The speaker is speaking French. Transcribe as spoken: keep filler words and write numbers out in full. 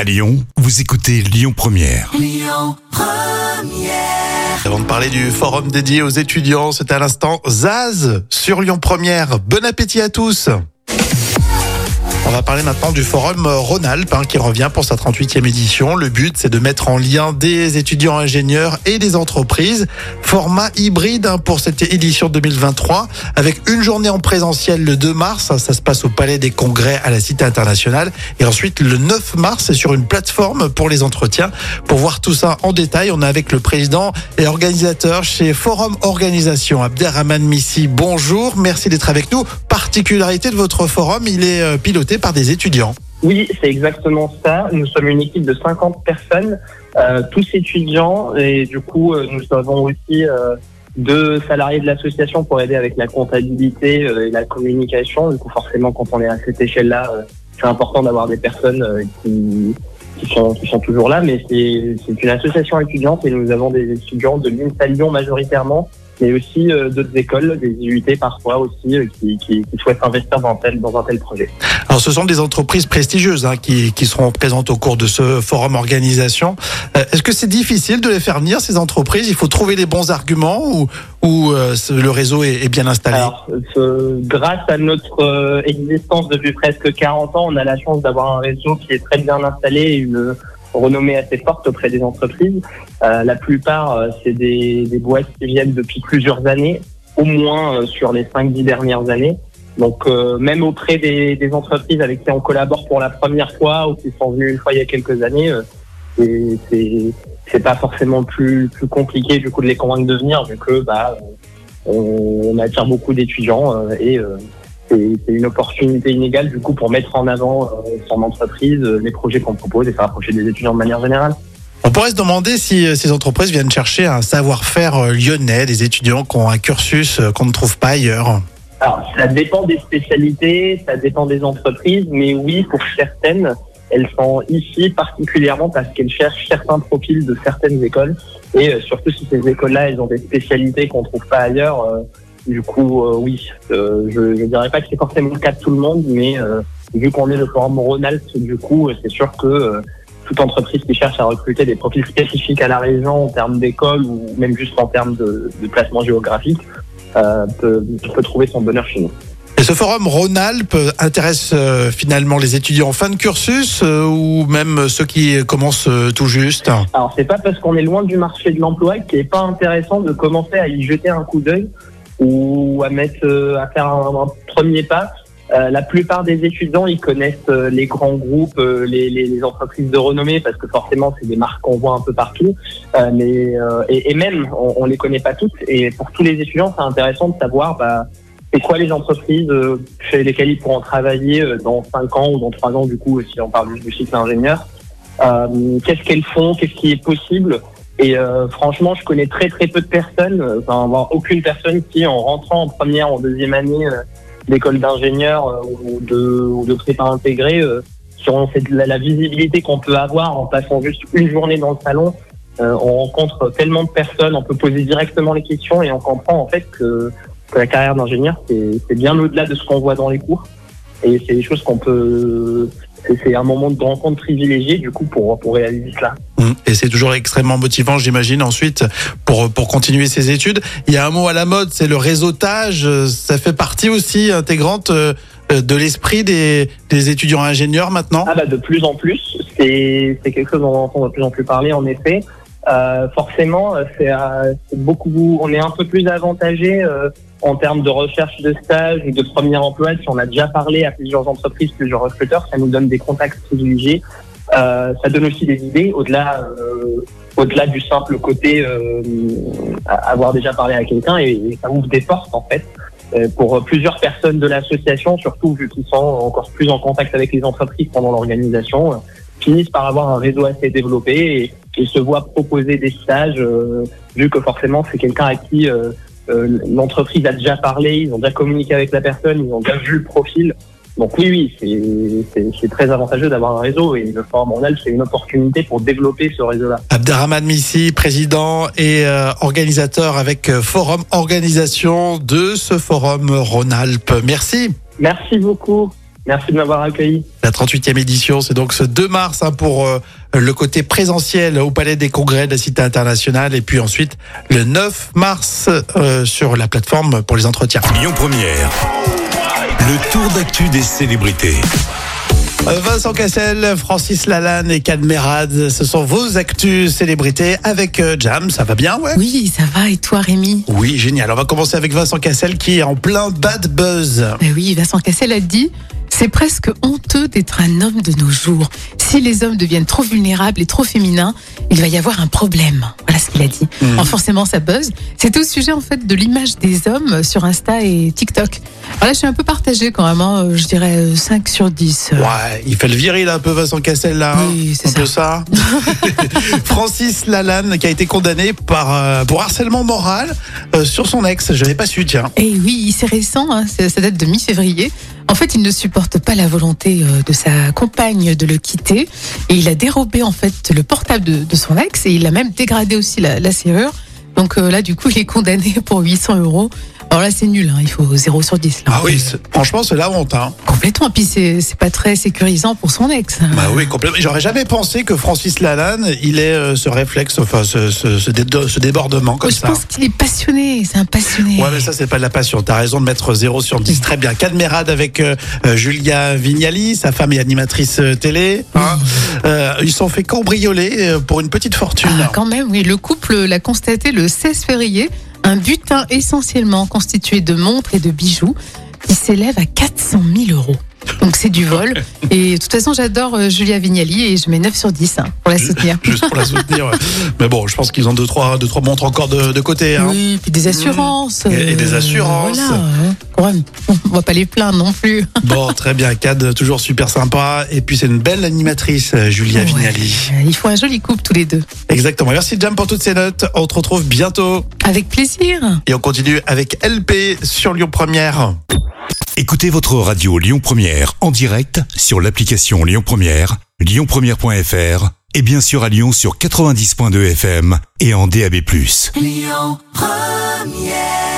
À Lyon, vous écoutez Lyon Première. Lyon Première. Avant de parler du forum dédié aux étudiants, c'est à l'instant Zaz sur Lyon Première. Bon appétit à tous. On va parler maintenant du forum Rhône-Alpes hein, qui revient pour sa trente-huitième édition. Le but, c'est de mettre en lien des étudiants ingénieurs et des entreprises. Format hybride hein, pour cette édition deux mille vingt-trois avec une journée en présentiel le deux mars. Ça, ça se passe au Palais des Congrès à la Cité internationale. Et ensuite, le neuf mars, c'est sur une plateforme pour les entretiens. Pour voir tout ça en détail, on est avec le président et organisateur chez Forum Organisation, Abderrahmane Missi. Bonjour, merci d'être avec nous. Particularité de votre forum, il est piloté par des étudiants. Oui, c'est exactement ça. Nous sommes une équipe de cinquante personnes, euh, tous étudiants, et du coup, euh, nous avons aussi euh, deux salariés de l'association pour aider avec la comptabilité euh, et la communication. Du coup, forcément, quand on est à cette échelle-là, euh, c'est important d'avoir des personnes euh, qui, qui, sont, qui sont toujours là, mais c'est, c'est une association étudiante et nous avons des étudiants de l'INSA Lyon majoritairement, mais aussi euh, d'autres écoles, des I U T parfois aussi, euh, qui, qui, qui souhaitent investir dans, tel, dans un tel projet. Alors ce sont des entreprises prestigieuses hein, qui, qui seront présentes au cours de ce forum organisation. Euh, est-ce que c'est difficile de les faire venir, ces entreprises ? Il faut trouver les bons arguments ou, ou euh, le réseau est, est bien installé ? Alors, euh, grâce à notre euh, existence depuis presque quarante ans, on a la chance d'avoir un réseau qui est très bien installé et une renommée assez forte auprès des entreprises. Euh, la plupart, euh, c'est des, des boîtes qui viennent depuis plusieurs années, au moins euh, sur les cinq dix dernières années. Donc, euh, même auprès des, des entreprises avec qui on collabore pour la première fois ou qui sont venues une fois il y a quelques années, euh, c'est, c'est, c'est pas forcément plus, plus compliqué du coup de les convaincre de venir, vu que bah, on, on attire beaucoup d'étudiants euh, et euh, c'est, c'est une opportunité inégale du coup pour mettre en avant euh, son entreprise, euh, les projets qu'on propose et faire approcher des étudiants de manière générale. On pourrait se demander si ces entreprises viennent chercher un savoir-faire lyonnais, des étudiants qui ont un cursus qu'on ne trouve pas ailleurs. Alors, ça dépend des spécialités, ça dépend des entreprises, mais oui, pour certaines, elles sont ici particulièrement parce qu'elles cherchent certains profils de certaines écoles, et euh, surtout si ces écoles-là, elles ont des spécialités qu'on trouve pas ailleurs. Euh, du coup, euh, oui, euh, je ne dirais pas que c'est forcément le cas de tout le monde, mais euh, vu qu'on est le forum Rhône-Alpes, du coup, c'est sûr que euh, toute entreprise qui cherche à recruter des profils spécifiques à la région en termes d'école ou même juste en termes de, de placement géographique, Euh, peut, peut trouver son bonheur chez nous. Et ce forum Rhône-Alpes intéresse euh, finalement les étudiants en fin de cursus euh, ou même ceux qui commencent euh, tout juste ? Alors c'est pas parce qu'on est loin du marché de l'emploi qu'il n'est pas intéressant de commencer à y jeter un coup d'œil ou à mettre euh, à faire un, un premier pas. Euh, la plupart des étudiants, ils connaissent euh, les grands groupes, euh, les, les, les entreprises de renommée, parce que forcément, c'est des marques qu'on voit un peu partout. Euh, mais euh, et, et même, on, on les connaît pas toutes. Et pour tous les étudiants, c'est intéressant de savoir, bah, c'est quoi les entreprises euh, chez lesquelles ils pourront travailler euh, dans cinq ans ou dans trois ans, du coup, si on parle du cycle ingénieur. Euh, qu'est-ce qu'elles font ? Qu'est-ce qui est possible ? Et euh, franchement, je connais très très peu de personnes, enfin, voire aucune personne qui, en rentrant en première, en deuxième année, euh, d'école d'ingénieurs euh, ou de, ou de prépa intégrée, euh, sur la, la visibilité qu'on peut avoir en passant juste une journée dans le salon. Euh, on rencontre tellement de personnes, on peut poser directement les questions et on comprend en fait que, que la carrière d'ingénieur, c'est, c'est bien au-delà de ce qu'on voit dans les cours. Et c'est des choses qu'on peut... C'est, c'est un moment de rencontre privilégié du coup pour, pour réaliser cela. Et c'est toujours extrêmement motivant, j'imagine, ensuite, pour, pour continuer ses études. Il y a un mot à la mode, c'est le réseautage. Ça fait partie aussi intégrante de l'esprit des, des étudiants ingénieurs maintenant ? Ah bah de plus en plus. C'est, c'est quelque chose dont on entend de plus en plus parler, en effet. Euh, forcément, c'est, euh, c'est beaucoup, on est un peu plus avantagé euh, en termes de recherche de stage ou de premier emploi. Si on a déjà parlé à plusieurs entreprises, plusieurs recruteurs, ça nous donne des contacts privilégiés. Euh, ça donne aussi des idées au-delà, euh, au-delà du simple côté euh, avoir déjà parlé à quelqu'un, et, et ça ouvre des portes en fait euh, pour plusieurs personnes de l'association, surtout vu qu'ils sont encore plus en contact avec les entreprises pendant l'organisation, euh, finissent par avoir un réseau assez développé et, et se voient proposer des stages, euh, vu que forcément c'est quelqu'un à qui euh, euh, l'entreprise a déjà parlé, ils ont déjà communiqué avec la personne, ils ont déjà vu le profil. Donc oui, oui, c'est, c'est, c'est très avantageux d'avoir un réseau, et le Forum Rhône-Alpes, c'est une opportunité pour développer ce réseau-là. Abderrahmane Missi, président et euh, organisateur avec euh, Forum Organisation de ce Forum Rhône-Alpes. Merci. Merci beaucoup. Merci de m'avoir accueilli. La trente-huitième édition, c'est donc ce deux mars hein, pour euh, le côté présentiel au Palais des Congrès de la Cité internationale et puis ensuite le neuf mars euh, sur la plateforme pour les entretiens. Lyon Première, le tour d'actu des célébrités. Vincent Cassel, Francis Lalanne et Kad Merad, ce sont vos actus célébrités avec euh, Jam, ça va bien ouais? Oui, ça va. Et toi, Rémi? Oui, génial. On va commencer avec Vincent Cassel qui est en plein bad buzz. Ben oui, Vincent Cassel a dit « C'est presque honteux d'être un homme de nos jours. Si les hommes deviennent trop vulnérables et trop féminins, il va y avoir un problème. » Voilà ce qu'il a dit. Mmh. Alors forcément, ça buzz. C'était au sujet en fait de l'image des hommes sur Insta et TikTok. Alors là, je suis un peu partagée quand même. Hein. Je dirais cinq sur dix. Ouais, il fait le viril un peu Vincent Cassel là. Hein. Oui, c'est un peu ça. Francis Lalanne qui a été condamné par, euh, pour harcèlement moral euh, sur son ex. Je n'avais pas su, tiens. Et oui, c'est récent. Hein. Ça date de mi-février. En fait, il ne supporte pas la volonté de sa compagne de le quitter et il a dérobé en fait le portable de, de son ex et il a même dégradé aussi la, la serrure. Donc euh, là, du coup, il est condamné pour huit cents euros. Alors là, c'est nul, hein. Il faut zéro sur dix. Là. Ah oui, c'est- franchement, c'est la honte. Hein. Complètement. Puis c'est, c'est pas très sécurisant pour son ex. Bah oui, complètement. J'aurais jamais pensé que Francis Lalanne, il ait euh, ce réflexe, enfin ce, ce, ce, dé- ce débordement comme Je ça. pense qu'il est passionné. C'est un passionné. Ouais, mais ça, c'est pas de la passion. T'as raison de mettre zéro sur dix. Très bien. Kad Merad avec euh, euh, Julia Vignali, sa femme est animatrice euh, télé. Hein. Euh, ils se sont fait cambrioler euh, pour une petite fortune. Ah, quand même, oui. Le couple l'a constaté le seize février. Un butin essentiellement constitué de montres et de bijoux qui s'élève à quatre cent mille euros. Donc c'est du vol. Et de toute façon, j'adore euh, Julia Vignali et je mets neuf sur dix hein, pour la soutenir. Juste pour la soutenir. Ouais. Mais bon, je pense qu'ils ont deux, trois, deux, trois montres encore de, de côté. Hein. Oui, puis des assurances. Et- et des assurances. Voilà. hein. Quand même, on va pas les plaindre non plus. Bon, très bien. Kad, toujours super sympa. Et puis, c'est une belle animatrice, euh, Julia Vignali. Ouais, il faut un joli couple tous les deux. Exactement. Merci, Jam, pour toutes ces notes. On te retrouve bientôt. Avec plaisir. Et on continue avec L P sur Lyon Première. Écoutez votre radio Lyon Première en direct sur l'application Lyon Première, lyon première point f r et bien sûr à Lyon sur quatre-vingt-dix point deux F M et en D A B plus. Lyon Première.